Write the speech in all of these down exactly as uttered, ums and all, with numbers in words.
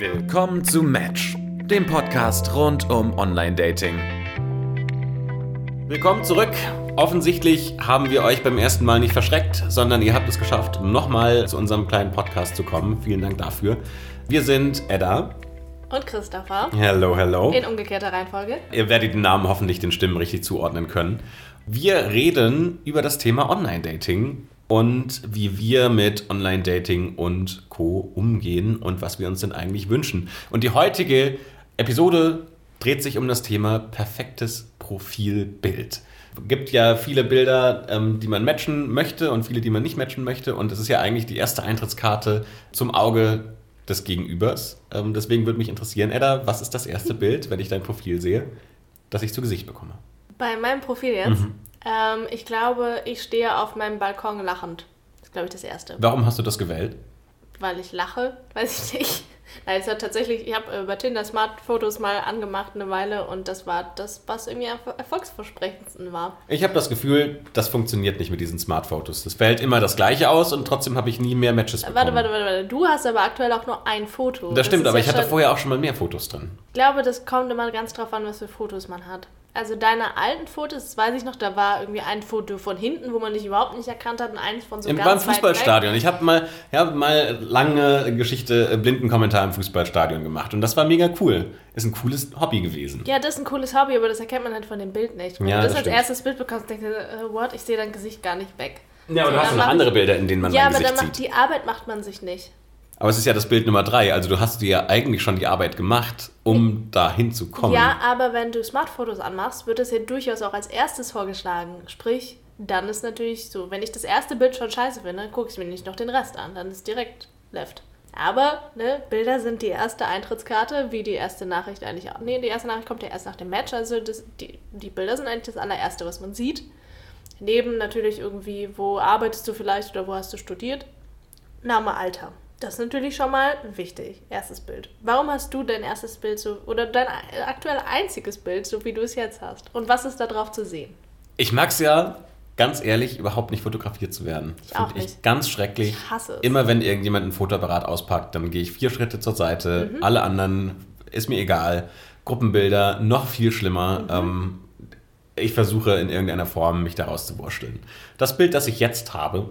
Willkommen zu Match, dem Podcast rund um Online-Dating. Willkommen zurück. Offensichtlich haben wir euch beim ersten Mal nicht verschreckt, sondern ihr habt es geschafft, nochmal zu unserem kleinen Podcast zu kommen. Vielen Dank dafür. Wir sind Edda. Und Christopher. Hello, hello. In umgekehrter Reihenfolge. Ihr werdet den Namen hoffentlich den Stimmen richtig zuordnen können. Wir reden über das Thema Online-Dating und wie wir mit Online-Dating und Co. umgehen und was wir uns denn eigentlich wünschen. Und die heutige Episode dreht sich um das Thema perfektes Profilbild. Es gibt ja viele Bilder, ähm, die man matchen möchte und viele, die man nicht matchen möchte. Und das ist ja eigentlich die erste Eintrittskarte zum Auge des Gegenübers. Ähm, deswegen würde mich interessieren, Edda, was ist das erste Bild, wenn ich dein Profil sehe, das ich zu Gesicht bekomme? Bei meinem Profil jetzt? Mhm. Ähm, ich glaube, ich stehe auf meinem Balkon lachend. Das ist, glaube ich, das Erste. Warum hast du das gewählt? Weil ich lache, weiß ich nicht. Nein, es hat tatsächlich, ich habe über Tinder Smart-Fotos mal angemacht eine Weile und das war das, was irgendwie am erfolgsversprechendsten war. Ich habe das Gefühl, das funktioniert nicht mit diesen Smart-Fotos. Das fällt immer das Gleiche aus und trotzdem habe ich nie mehr Matches bekommen. Warte, warte, warte, warte. Du hast aber aktuell auch nur ein Foto. Das, das stimmt, aber ja ich hatte schon, vorher auch schon mal mehr Fotos drin. Ich glaube, das kommt immer ganz drauf an, was für Fotos man hat. Also deine alten Fotos, das weiß ich noch, da war irgendwie ein Foto von hinten, wo man dich überhaupt nicht erkannt hat und eins von so Im, ganz beim Fußballstadion. Ich habe mal, hab mal lange Geschichte, äh, Blindenkommentar im Fußballstadion gemacht und das war mega cool. Ist ein cooles Hobby gewesen. Ja, das ist ein cooles Hobby, aber das erkennt man halt von dem Bild nicht. Wenn ja, du das, das als stimmt. erstes Bild bekommst, denkst du, uh, what, ich sehe dein Gesicht gar nicht weg. Ja, aber so, du hast noch andere Bilder, in denen man ja, mein Gesicht sieht. Ja, aber dann macht sieht. die Arbeit macht man sich nicht. Aber es ist ja das Bild Nummer drei, also du hast dir ja eigentlich schon die Arbeit gemacht, um da hinzukommen. Ja, aber wenn du Smartfotos anmachst, wird das ja durchaus auch als erstes vorgeschlagen. Sprich, dann ist natürlich so, wenn ich das erste Bild schon scheiße finde, gucke ich mir nicht noch den Rest an, dann ist direkt left. Aber, ne, Bilder sind die erste Eintrittskarte, wie die erste Nachricht eigentlich auch. Nee, die erste Nachricht kommt ja erst nach dem Match, also das, die, die Bilder sind eigentlich das allererste, was man sieht. Neben natürlich irgendwie, wo arbeitest du vielleicht oder wo hast du studiert? Name, Alter. Das ist natürlich schon mal wichtig. Erstes Bild. Warum hast du dein erstes Bild so, oder dein aktuell einziges Bild, so wie du es jetzt hast? Und was ist da drauf zu sehen? Ich mag es ja, ganz ehrlich, überhaupt nicht fotografiert zu werden. Ich auch Find nicht. Ich ganz schrecklich. Ich hasse es. Immer wenn irgendjemand ein Fotoapparat auspackt, dann gehe ich vier Schritte zur Seite. Mhm. Alle anderen, ist mir egal. Gruppenbilder, noch viel schlimmer. Mhm. Ähm, ich versuche in irgendeiner Form, mich daraus zu wursteln. Das Bild, das ich jetzt habe,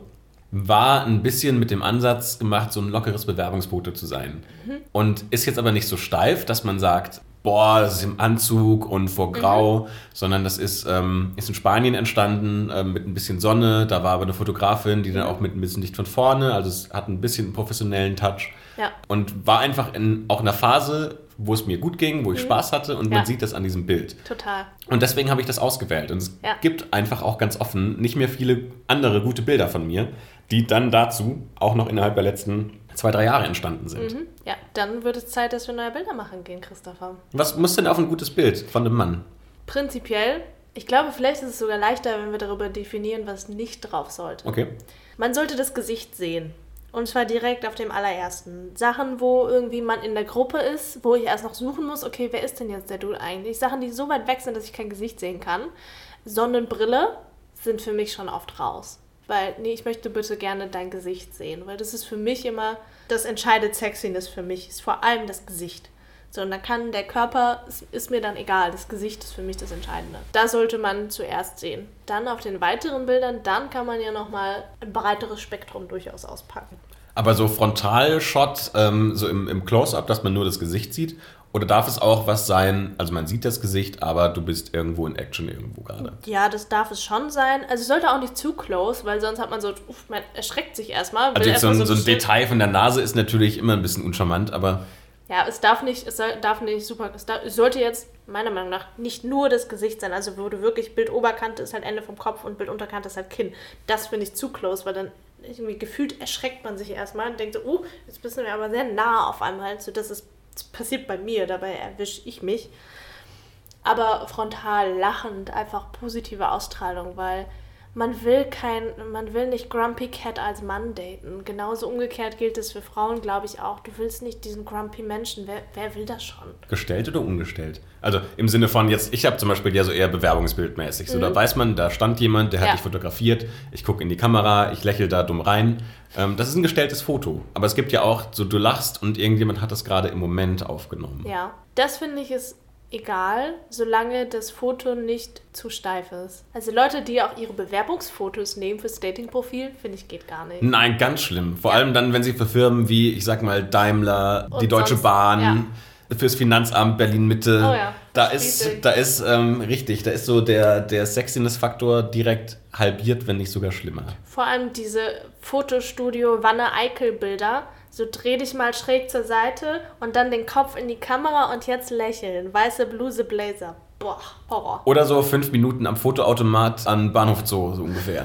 war ein bisschen mit dem Ansatz gemacht, so ein lockeres Bewerbungsfoto zu sein. Mhm. Und ist jetzt aber nicht so steif, dass man sagt, boah, das ist im Anzug und vor Grau, mhm. sondern das ist, ähm, ist in Spanien entstanden, ähm, mit ein bisschen Sonne. Da war aber eine Fotografin, die dann auch mit ein bisschen Licht von vorne, also es hat ein bisschen einen professionellen Touch. Ja. Und war einfach in auch einer Phase, wo es mir gut ging, wo ich mhm. Spaß hatte und ja. man sieht das an diesem Bild. Total. Und deswegen habe ich das ausgewählt. Und es ja. gibt einfach auch ganz offen nicht mehr viele andere gute Bilder von mir, die dann dazu auch noch innerhalb der letzten zwei, drei Jahre entstanden sind. Mhm. Ja, dann wird es Zeit, dass wir neue Bilder machen gehen, Christopher. Was muss denn auf ein gutes Bild von einem Mann? Prinzipiell, ich glaube, vielleicht ist es sogar leichter, wenn wir darüber definieren, was nicht drauf sollte. Okay. Man sollte das Gesicht sehen. Und zwar direkt auf dem allerersten. Sachen, wo irgendwie man in der Gruppe ist, wo ich erst noch suchen muss, okay, wer ist denn jetzt der Dude eigentlich? Sachen, die so weit weg sind, dass ich kein Gesicht sehen kann. Sonnenbrille sind für mich schon oft raus. Weil, nee, ich möchte bitte gerne dein Gesicht sehen. Weil das ist für mich immer, das entscheidet Sexiness für mich, ist vor allem das Gesicht. So, und dann kann der Körper, ist, ist mir dann egal, das Gesicht ist für mich das Entscheidende. Da sollte man zuerst sehen. Dann auf den weiteren Bildern, dann kann man ja nochmal ein breiteres Spektrum durchaus auspacken. Aber so Frontalshot, ähm, so im, im Close-Up, dass man nur das Gesicht sieht? Oder darf es auch was sein, also man sieht das Gesicht, aber du bist irgendwo in Action irgendwo gerade? Ja, das darf es schon sein. Also es sollte auch nicht zu close, weil sonst hat man so, uff, man erschreckt sich erstmal. Also jetzt so ein, so ein bisschen, Detail von der Nase ist natürlich immer ein bisschen uncharmant, aber... Ja, es darf nicht, es soll, darf nicht super, es, darf, es sollte jetzt meiner Meinung nach nicht nur das Gesicht sein, also wo du wirklich Bildoberkante ist halt Ende vom Kopf und Bildunterkante ist halt Kinn. Das finde ich zu close, weil dann irgendwie gefühlt erschreckt man sich erstmal und denkt so, uh, jetzt bist du mir aber sehr nah auf einmal, so dass es das passiert bei mir, dabei erwische ich mich. Aber frontal, lachend, einfach positive Ausstrahlung, weil man will kein, man will nicht Grumpy Cat als Mann daten. Genauso umgekehrt gilt es für Frauen, glaube ich auch. Du willst nicht diesen Grumpy Menschen. Wer, wer will das schon? Gestellt oder ungestellt? Also im Sinne von jetzt, ich habe zum Beispiel ja so eher bewerbungsbildmäßig. So, mhm. Da weiß man, da stand jemand, der hat ja. dich fotografiert. Ich gucke in die Kamera, ich lächle da dumm rein. Ähm, das ist ein gestelltes Foto. Aber es gibt ja auch so, du lachst und irgendjemand hat das gerade im Moment aufgenommen. Ja, das finde ich ist egal, solange das Foto nicht zu steif ist. Also Leute, die auch ihre Bewerbungsfotos nehmen fürs Datingprofil, finde ich, geht gar nicht. Nein, ganz schlimm. Vor ja. allem dann, wenn sie für Firmen wie, ich sag mal, Daimler, und die Deutsche sonst, Bahn, ja. fürs Finanzamt Berlin-Mitte. Oh ja, da ist, da ist, ähm, richtig, da ist so der, der Sexiness-Faktor direkt halbiert, wenn nicht sogar schlimmer. Vor allem diese Fotostudio-Wanne-Eickel-Bilder, so dreh dich mal schräg zur Seite und dann den Kopf in die Kamera und jetzt lächeln. Weiße Bluse, Blazer. Boah, Horror. Oder so fünf Minuten am Fotoautomat an Bahnhof Zoo, so ungefähr.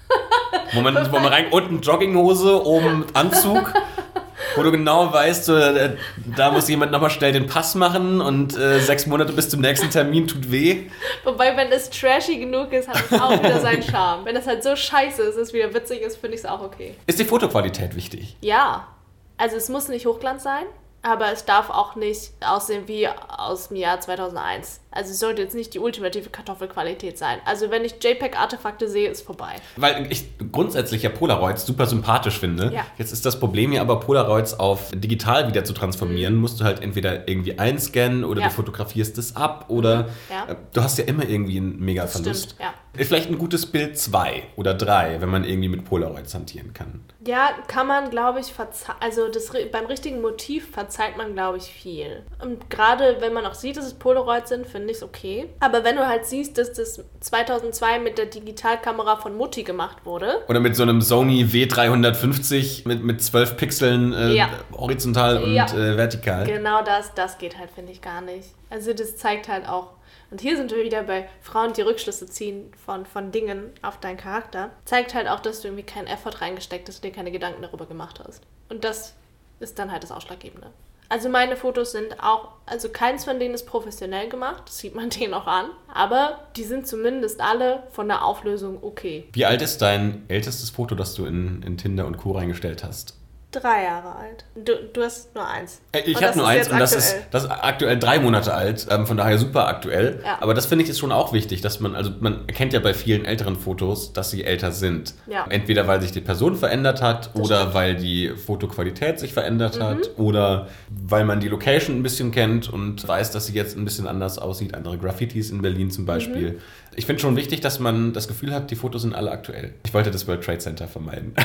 wo, man, wo man rein, unten Jogginghose, oben Anzug, wo du genau weißt, so, äh, da muss jemand nochmal schnell den Pass machen und äh, sechs Monate bis zum nächsten Termin tut weh. Wobei, wenn es trashy genug ist, hat es auch wieder seinen Charme. Wenn es halt so scheiße ist, dass es wieder witzig ist, finde ich es auch okay. Ist die Fotoqualität wichtig? Ja. Also es muss nicht Hochglanz sein, aber es darf auch nicht aussehen wie aus dem Jahr zweitausendeins. Also es sollte jetzt nicht die ultimative Kartoffelqualität sein. Also wenn ich JPEG-Artefakte sehe, ist vorbei. Weil ich grundsätzlich ja Polaroids super sympathisch finde. Ja. Jetzt ist das Problem hier aber, Polaroids auf digital wieder zu transformieren, mhm. musst du halt entweder irgendwie einscannen oder ja. du fotografierst es ab oder ja. äh, du hast ja immer irgendwie einen Mega-Verlust. Stimmt, ja. Vielleicht ein gutes Bild zwei oder drei, wenn man irgendwie mit Polaroids hantieren kann. Ja, kann man, glaube ich, verzeihen. Also das, beim richtigen Motiv verzeiht man, glaube ich, viel. Und gerade wenn man auch sieht, dass es Polaroids sind, finde ich es okay. Aber wenn du halt siehst, dass das zweitausendzwei mit der Digitalkamera von Mutti gemacht wurde. Oder mit so einem Sony W dreihundertfünfzig mit, mit zwölf Pixeln äh, ja. horizontal und ja. äh, vertikal. Genau das, das geht halt, finde ich, gar nicht. Also das zeigt halt auch. Und hier sind wir wieder bei Frauen, die Rückschlüsse ziehen von, von Dingen auf deinen Charakter. Zeigt halt auch, dass du irgendwie keinen Effort reingesteckt hast und dir keine Gedanken darüber gemacht hast. Und das ist dann halt das Ausschlaggebende. Also meine Fotos sind auch, also keins von denen ist professionell gemacht, das sieht man denen auch an. Aber die sind zumindest alle von der Auflösung okay. Wie alt ist dein ältestes Foto, das du in, in Tinder und Co. reingestellt hast? Drei Jahre alt. Du, du hast nur eins. Ich habe nur eins und das ist, das ist aktuell drei Monate alt, ähm, von daher super aktuell. Ja. Aber das finde ich ist schon auch wichtig, dass man, also man erkennt ja bei vielen älteren Fotos, dass sie älter sind. Ja. Entweder weil sich die Person verändert hat das oder stimmt. weil die Fotoqualität sich verändert mhm. hat oder weil man die Location ein bisschen kennt und weiß, dass sie jetzt ein bisschen anders aussieht. Andere Graffitis in Berlin zum Beispiel. Mhm. Ich finde schon wichtig, dass man das Gefühl hat, die Fotos sind alle aktuell. Ich wollte das World Trade Center vermeiden.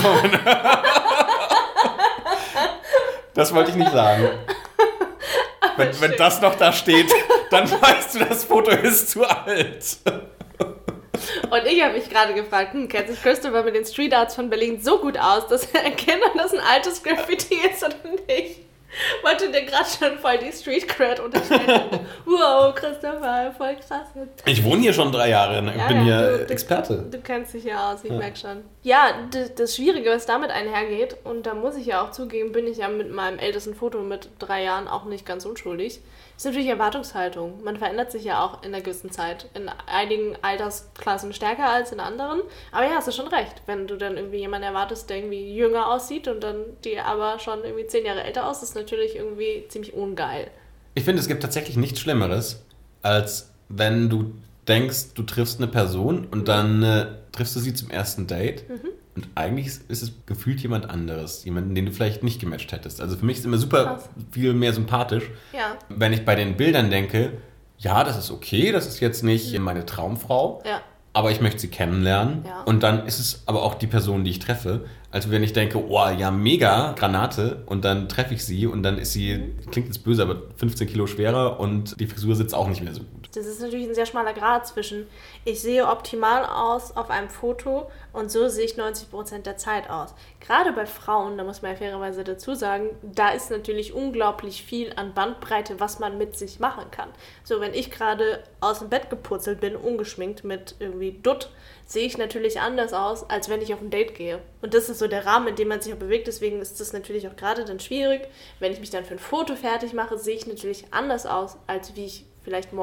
Das wollte ich nicht sagen. Wenn, wenn das noch da steht, dann weißt du, das Foto ist zu alt. Und ich habe mich gerade gefragt, hm, kennt sich Christopher mit den Street Arts von Berlin so gut aus, dass er erkennt, ob das ein altes Graffiti ist oder nicht? Wollte dir gerade schon voll die Street Cred unterstellen. Wow, Christopher, voll krass. Ich wohne hier schon drei Jahre, ich ja, bin ja, hier du, Experte. Du, du kennst dich ja aus, ich ja. merke schon. Ja, d- das Schwierige, was damit einhergeht, und da muss ich ja auch zugeben, bin ich ja mit meinem ältesten Foto mit drei Jahren auch nicht ganz unschuldig, ist natürlich Erwartungshaltung. Man verändert sich ja auch in einer gewissen Zeit. In einigen Altersklassen stärker als in anderen. Aber ja, hast du schon recht. Wenn du dann irgendwie jemanden erwartest, der irgendwie jünger aussieht und dann die aber schon irgendwie zehn Jahre älter aus, ist natürlich irgendwie ziemlich ungeil. Ich finde, es gibt tatsächlich nichts Schlimmeres, als wenn du denkst, du triffst eine Person und dann äh, triffst du sie zum ersten Date mhm. und eigentlich ist, ist es gefühlt jemand anderes, jemanden, den du vielleicht nicht gematcht hättest. Also für mich ist es immer super Krass. viel mehr sympathisch, ja. wenn ich bei den Bildern denke, ja, das ist okay, das ist jetzt nicht mhm. meine Traumfrau, ja. aber ich möchte sie kennenlernen ja. und dann ist es aber auch die Person, die ich treffe. Also wenn ich denke, oh ja, mega Granate und dann treffe ich sie und dann ist sie, mhm. klingt jetzt böse, aber fünfzehn Kilo schwerer und die Frisur sitzt auch nicht mehr so gut. Das ist natürlich ein sehr schmaler Grad zwischen, ich sehe optimal aus auf einem Foto und so sehe ich neunzig Prozent der Zeit aus. Gerade bei Frauen, da muss man ja fairerweise dazu sagen, da ist natürlich unglaublich viel an Bandbreite, was man mit sich machen kann. So, wenn ich gerade aus dem Bett gepurzelt bin, ungeschminkt mit irgendwie Dutt, sehe ich natürlich anders aus, als wenn ich auf ein Date gehe. Und das ist so der Rahmen, in dem man sich auch bewegt. Deswegen ist das natürlich auch gerade dann schwierig. Wenn ich mich dann für ein Foto fertig mache, sehe ich natürlich anders aus, als wie ich vielleicht morgens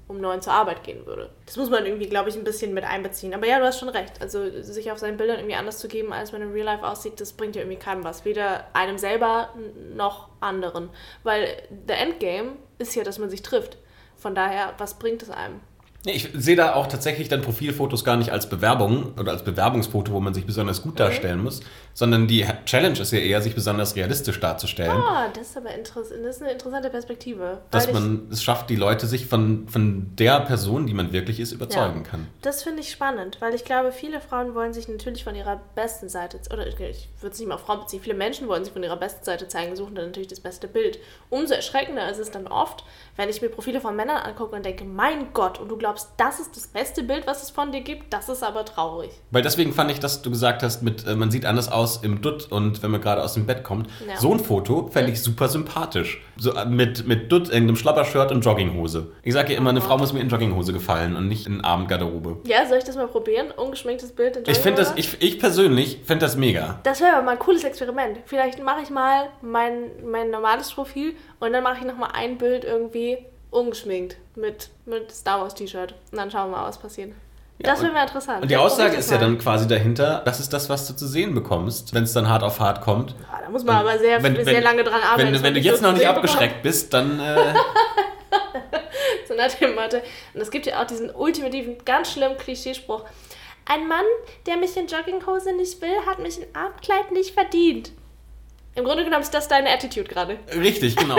um neun zur Arbeit gehen würde. Das muss man irgendwie, glaube ich, ein bisschen mit einbeziehen. Aber ja, du hast schon recht. Also sich auf seinen Bildern irgendwie anders zu geben, als man im Real Life aussieht, das bringt ja irgendwie keinem was. Weder einem selber noch anderen. Weil der Endgame ist ja, dass man sich trifft. Von daher, was bringt es einem? Ich sehe da auch tatsächlich dann Profilfotos gar nicht als Bewerbung oder als Bewerbungsfoto, wo man sich besonders gut darstellen mhm. muss, sondern die Challenge ist ja eher, sich besonders realistisch darzustellen. Ah, das ist aber interess- das ist eine interessante Perspektive. Dass man es schafft, die Leute sich von, von der Person, die man wirklich ist, überzeugen ja. kann. Das finde ich spannend, weil ich glaube, viele Frauen wollen sich natürlich von ihrer besten Seite, oder ich würde es nicht mal auf Frauen beziehen, viele Menschen wollen sich von ihrer besten Seite zeigen, suchen dann natürlich das beste Bild. Umso erschreckender ist es dann oft, wenn ich mir Profile von Männern angucke und denke, mein Gott, und du glaubst, das ist das beste Bild, was es von dir gibt, das ist aber traurig. Weil deswegen fand ich, dass du gesagt hast, mit äh, man sieht anders aus im Dutt und wenn man gerade aus dem Bett kommt. Ja. So ein Foto fände ich super sympathisch. So, äh, mit, mit Dutt, irgendeinem Schlappershirt und Jogginghose. Ich sage ja immer, eine Frau muss mir in Jogginghose gefallen und nicht in Abendgarderobe. Ja, soll ich das mal probieren? Ungeschminktes Bild in Jogginghose? Ich finde das, ich, ich persönlich finde das mega. Das wäre aber mal ein cooles Experiment. Vielleicht mache ich mal mein, mein normales Profil und dann mache ich nochmal ein Bild irgendwie ungeschminkt mit, mit Star Wars T-Shirt. Und dann schauen wir mal, was passiert. Ja, das wäre mal interessant. Und die Aussage ist ja dann quasi dahinter, das ist das, was du zu sehen bekommst, wenn es dann hart auf hart kommt. Ja, da muss man und aber sehr, wenn, sehr wenn, lange dran arbeiten. Wenn, wenn du jetzt so noch nicht abgeschreckt bekommen. bist, dann... Äh so nach dem Motto. Und es gibt ja auch diesen ultimativen, ganz schlimmen Klischeespruch. Ein Mann, der mich in Jogginghose nicht will, hat mich in Abendkleid nicht verdient. Im Grunde genommen ist das deine Attitude gerade. Richtig, genau.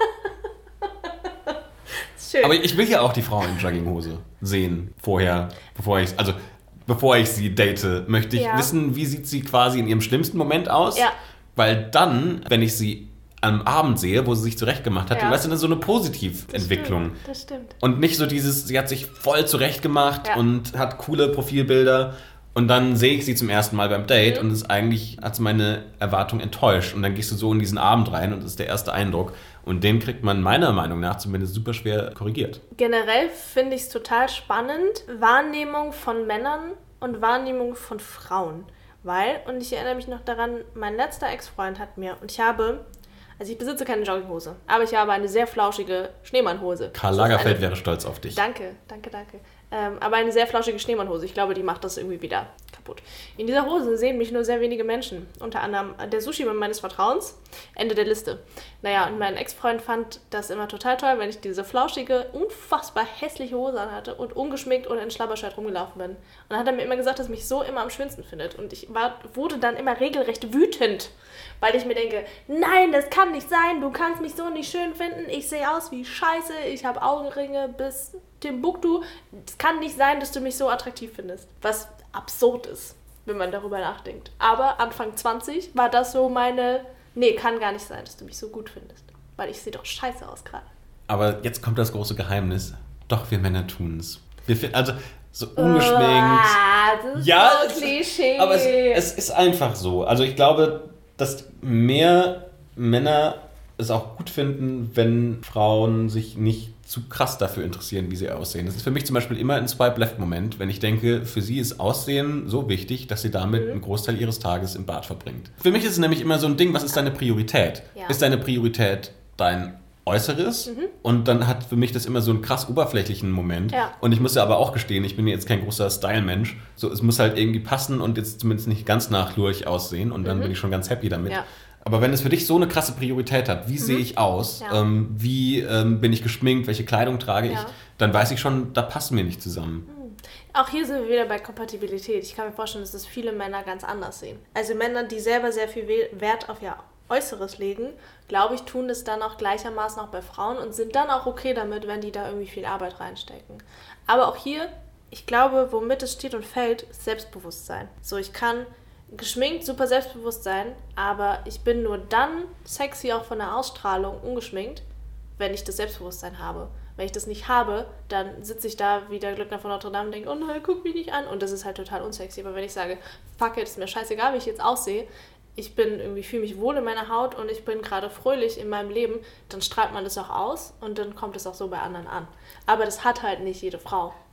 Schön. Aber ich will ja auch die Frau in Jogginghose sehen, vorher, bevor ich, also bevor ich sie date, möchte ich ja. wissen, wie sieht sie quasi in ihrem schlimmsten Moment aus, ja. weil dann, wenn ich sie am Abend sehe, wo sie sich zurechtgemacht hat, ja. dann weißt du, dann so eine Positiventwicklung. Das stimmt, das stimmt. Und nicht so dieses, sie hat sich voll zurechtgemacht ja. und hat coole Profilbilder und dann sehe ich sie zum ersten Mal beim Date mhm. und es eigentlich hat sie meine Erwartung enttäuscht und dann gehst du so in diesen Abend rein und das ist der erste Eindruck. Und den kriegt man meiner Meinung nach zumindest super schwer korrigiert. Generell finde ich es total spannend, Wahrnehmung von Männern und Wahrnehmung von Frauen. Weil, und ich erinnere mich noch daran, mein letzter Ex-Freund hat mir, und ich habe, also ich besitze keine Jogginghose, aber ich habe eine sehr flauschige Schneemannhose. Karl Lagerfeld eine, wäre stolz auf dich. Danke, danke, danke. Ähm, aber eine sehr flauschige Schneemannhose. Ich glaube, die macht das irgendwie wieder kaputt. In dieser Hose sehen mich nur sehr wenige Menschen. Unter anderem der Sushi-Mann meines Vertrauens. Ende der Liste. Naja, und mein Ex-Freund fand das immer total toll, wenn ich diese flauschige, unfassbar hässliche Hose anhatte und ungeschminkt oder in Schlabbershirt rumgelaufen bin. Und dann hat er mir immer gesagt, dass er mich so immer am schönsten findet. Und ich war, wurde dann immer regelrecht wütend, weil ich mir denke, nein, das kann nicht sein, du kannst mich so nicht schön finden, ich sehe aus wie Scheiße, ich habe Augenringe bis Timbuktu. Es kann nicht sein, dass du mich so attraktiv findest. Was absurd ist, wenn man darüber nachdenkt. Aber Anfang zwanzig war das so meine, nee, kann gar nicht sein, dass du mich so gut findest. Weil ich sehe doch scheiße aus gerade. Aber jetzt kommt das große Geheimnis. Doch, wir Männer tun es. Also so ungeschminkt. Oh, das ist ja, so Klischee. Aber es, es ist einfach so. Also ich glaube, dass mehr Männer es auch gut finden, wenn Frauen sich nicht zu krass dafür interessieren, wie sie aussehen. Das ist für mich zum Beispiel immer ein Swipe-Left-Moment, wenn ich denke, für sie ist Aussehen so wichtig, dass sie damit mhm. einen Großteil ihres Tages im Bad verbringt. Für mich ist es nämlich immer so ein Ding, was ist deine Priorität? Ja. Ist deine Priorität dein Äußeres? Mhm. Und dann hat für mich das immer so einen krass oberflächlichen Moment. Ja. Und ich muss ja aber auch gestehen, ich bin jetzt kein großer Style-Mensch. So, es muss halt irgendwie passen und jetzt zumindest nicht ganz nach Lurch aussehen und dann mhm. bin ich schon ganz happy damit. Ja. Aber wenn es für dich so eine krasse Priorität hat, wie mhm. sehe ich aus, ja. ähm, wie ähm, bin ich geschminkt, welche Kleidung trage ja. ich, dann weiß ich schon, da passen wir nicht zusammen. Mhm. Auch hier sind wir wieder bei Kompatibilität. Ich kann mir vorstellen, dass das viele Männer ganz anders sehen. Also Männer, die selber sehr viel Wert auf ihr Äußeres legen, glaube ich, tun das dann auch gleichermaßen auch bei Frauen und sind dann auch okay damit, wenn die da irgendwie viel Arbeit reinstecken. Aber auch hier, ich glaube, womit es steht und fällt, ist Selbstbewusstsein. So, ich kann geschminkt, super selbstbewusst sein, aber ich bin nur dann sexy auch von der Ausstrahlung, ungeschminkt, wenn ich das Selbstbewusstsein habe. Wenn ich das nicht habe, dann sitze ich da wie der Glöckner von Notre Dame und denke, oh nein, guck mich nicht an. Und das ist halt total unsexy. Aber wenn ich sage, fuck it, ist mir scheißegal, wie ich jetzt aussehe, ich bin irgendwie, fühle mich wohl in meiner Haut und ich bin gerade fröhlich in meinem Leben, dann strahlt man das auch aus und dann kommt es auch so bei anderen an. Aber das hat halt nicht jede Frau.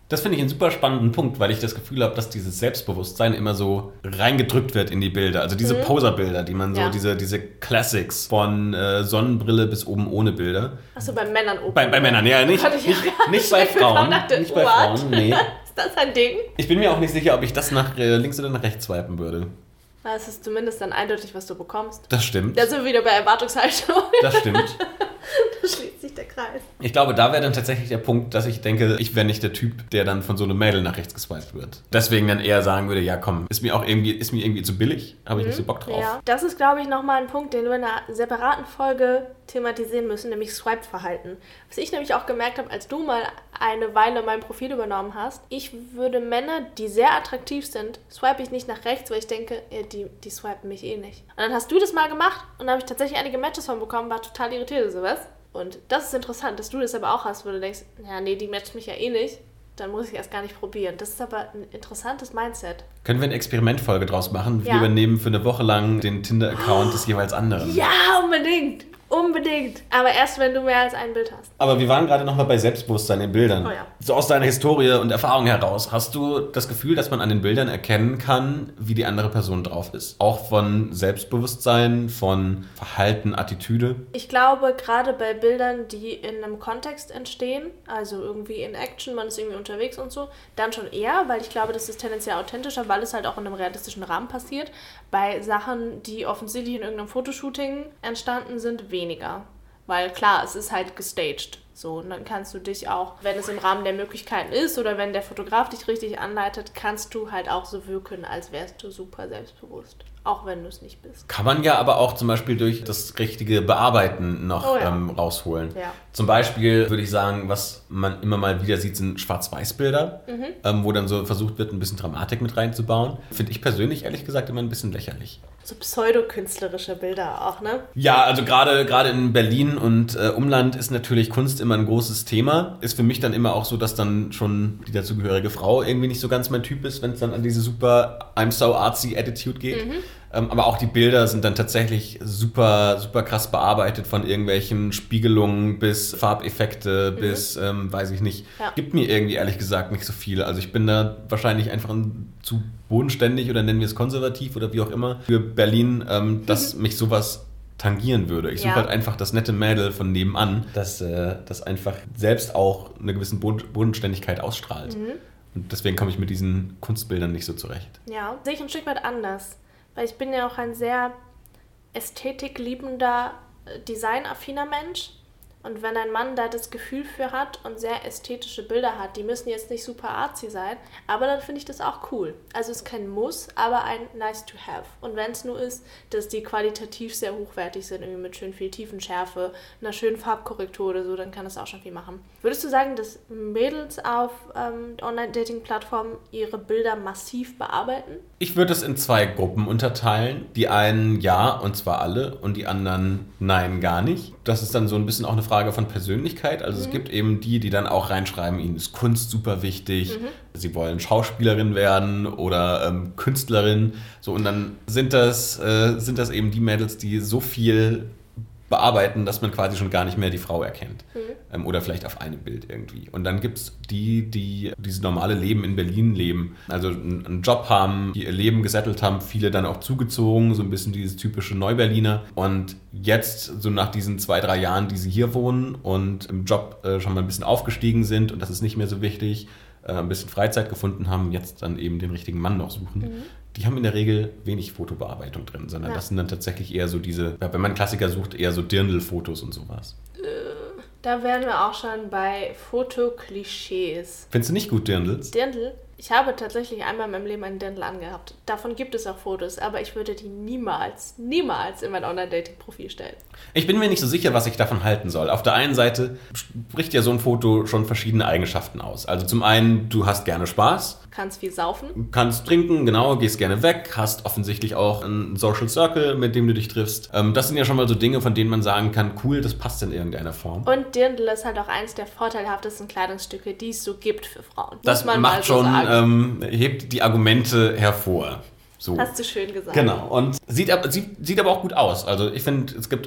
Das finde ich einen super spannenden Punkt, weil ich das Gefühl habe, dass dieses Selbstbewusstsein immer so reingedrückt wird in die Bilder. Also diese mhm. Poserbilder, die man so, ja. diese, diese Classics von äh, Sonnenbrille bis oben ohne Bilder. Achso, bei Männern oben. Bei, bei Männern, ja, nicht, nicht, nicht, nicht bei Frauen. Dachte, nicht bei Frauen, nee. Ist das ein Ding? Ich bin mir auch nicht sicher, ob ich das nach äh, links oder nach rechts swipen würde. Das ist zumindest dann eindeutig, was du bekommst. Das stimmt. Da sind wir wieder bei Erwartungshaltung. Das stimmt. Da schließt sich der Kreis. Ich glaube, da wäre dann tatsächlich der Punkt, dass ich denke, ich wäre nicht der Typ, der dann von so einem Mädel nach rechts geswiped wird. Deswegen dann eher sagen würde, ja komm, ist mir auch irgendwie, ist mir irgendwie zu billig, habe ich mhm. nicht so Bock drauf. Ja. Das ist, glaube ich, nochmal ein Punkt, den wir in einer separaten Folge thematisieren müssen, nämlich Swipe-Verhalten. Was ich nämlich auch gemerkt habe, als du mal eine Weile mein Profil übernommen hast, ich würde Männer, die sehr attraktiv sind, swipe ich nicht nach rechts, weil ich denke, ja, die, die swipen mich eh nicht. Und dann hast du das mal gemacht und da habe ich tatsächlich einige Matches von bekommen, war total irritiert oder sowas. Und das ist interessant, dass du das aber auch hast, wo du denkst, ja nee, die matcht mich ja eh nicht, dann muss ich erst gar nicht probieren. Das ist aber ein interessantes Mindset. Können wir eine Experimentfolge draus machen? Wir ja. übernehmen für eine Woche lang den Tinder-Account oh. des jeweils anderen. Ja, unbedingt! Unbedingt. Aber erst, wenn du mehr als ein Bild hast. Aber wir waren gerade nochmal bei Selbstbewusstsein in Bildern. Oh ja. So aus deiner Historie und Erfahrung heraus, hast du das Gefühl, dass man an den Bildern erkennen kann, wie die andere Person drauf ist? Auch von Selbstbewusstsein, von Verhalten, Attitüde? Ich glaube, gerade bei Bildern, die in einem Kontext entstehen, also irgendwie in Action, man ist irgendwie unterwegs und so, dann schon eher, weil ich glaube, das ist tendenziell authentischer, weil es halt auch in einem realistischen Rahmen passiert. Bei Sachen, die offensichtlich in irgendeinem Fotoshooting entstanden sind, weniger. Weil klar, es ist halt gestaged. So, und dann kannst du dich auch, wenn es im Rahmen der Möglichkeiten ist oder wenn der Fotograf dich richtig anleitet, kannst du halt auch so wirken, als wärst du super selbstbewusst. Auch wenn du es nicht bist. Kann man ja aber auch zum Beispiel durch das richtige Bearbeiten noch oh ja. ähm, rausholen. Ja. Zum Beispiel würde ich sagen, was man immer mal wieder sieht, sind Schwarz-Weiß-Bilder, mhm. ähm, wo dann so versucht wird, ein bisschen Dramatik mit reinzubauen. Finde ich persönlich, ehrlich gesagt, immer ein bisschen lächerlich. So pseudokünstlerische Bilder auch, ne? Ja, also gerade gerade in Berlin und äh, Umland ist natürlich Kunst immer ein großes Thema. Ist für mich dann immer auch so, dass dann schon die dazugehörige Frau irgendwie nicht so ganz mein Typ ist, wenn es dann an diese super I'm so artsy Attitude geht. Mhm. Ähm, aber auch die Bilder sind dann tatsächlich super, super krass bearbeitet, von irgendwelchen Spiegelungen bis Farbeffekte mhm. bis, ähm, weiß ich nicht. Ja. Gibt mir irgendwie ehrlich gesagt nicht so viel. Also ich bin da wahrscheinlich einfach ein, zu bodenständig oder nennen wir es konservativ oder wie auch immer für Berlin, ähm, dass mhm. mich sowas tangieren würde. Ich suche ja. halt einfach das nette Mädel von nebenan, das, äh, das einfach selbst auch eine gewisse Bodenständigkeit ausstrahlt. Mhm. Und deswegen komme ich mit diesen Kunstbildern nicht so zurecht. Ja, sehe ich ein Stück weit anders. Weil ich bin ja auch ein sehr ästhetikliebender, designaffiner Mensch. Und wenn ein Mann da das Gefühl für hat und sehr ästhetische Bilder hat, die müssen jetzt nicht super artsy sein, aber dann finde ich das auch cool. Also es ist kein Muss, aber ein nice to have. Und wenn es nur ist, dass die qualitativ sehr hochwertig sind, irgendwie mit schön viel Tiefenschärfe, einer schönen Farbkorrektur oder so, dann kann das auch schon viel machen. Würdest du sagen, dass Mädels auf ähm, Online-Dating-Plattformen ihre Bilder massiv bearbeiten? Ich würde es in zwei Gruppen unterteilen. Die einen ja, und zwar alle, und die anderen nein, gar nicht. Das ist dann so ein bisschen auch eine Frage von Persönlichkeit. Also mhm. es gibt eben die, die dann auch reinschreiben, ihnen ist Kunst super wichtig, mhm. sie wollen Schauspielerin werden oder ähm, Künstlerin. So, und dann sind das, äh, sind das eben die Mädels, die so viel bearbeiten, dass man quasi schon gar nicht mehr die Frau erkennt. Mhm. Ähm, oder vielleicht auf einem Bild irgendwie. Und dann gibt es die, die dieses normale Leben in Berlin leben. Also einen, einen Job haben, die ihr Leben gesettelt haben, viele dann auch zugezogen, so ein bisschen dieses typische Neuberliner. Und jetzt, so nach diesen zwei, drei Jahren, die sie hier wohnen und im Job äh, schon mal ein bisschen aufgestiegen sind und das ist nicht mehr so wichtig, äh, ein bisschen Freizeit gefunden haben, jetzt dann eben den richtigen Mann noch suchen. Mhm. Die haben in der Regel wenig Fotobearbeitung drin, sondern ja. das sind dann tatsächlich eher so diese, wenn man Klassiker sucht, eher so Dirndl-Fotos und sowas. Da wären wir auch schon bei Fotoklischees. Findest du nicht gut Dirndls? Dirndl? Ich habe tatsächlich einmal in meinem Leben einen Dirndl angehabt. Davon gibt es auch Fotos, aber ich würde die niemals, niemals in mein Online-Dating-Profil stellen. Ich bin mir nicht so sicher, was ich davon halten soll. Auf der einen Seite spricht ja so ein Foto schon verschiedene Eigenschaften aus. Also zum einen, du hast gerne Spaß. Kannst viel saufen. Kannst trinken, genau, gehst gerne weg, hast offensichtlich auch einen Social Circle, mit dem du dich triffst. Das sind ja schon mal so Dinge, von denen man sagen kann, cool, das passt in irgendeiner Form. Und Dirndl ist halt auch eins der vorteilhaftesten Kleidungsstücke, die es so gibt für Frauen. Das muss man macht mal so schon, sagen. ähm, hebt die Argumente hervor. So. Hast du schön gesagt. Genau, und sieht, sieht, sieht aber auch gut aus. Also ich finde, es gibt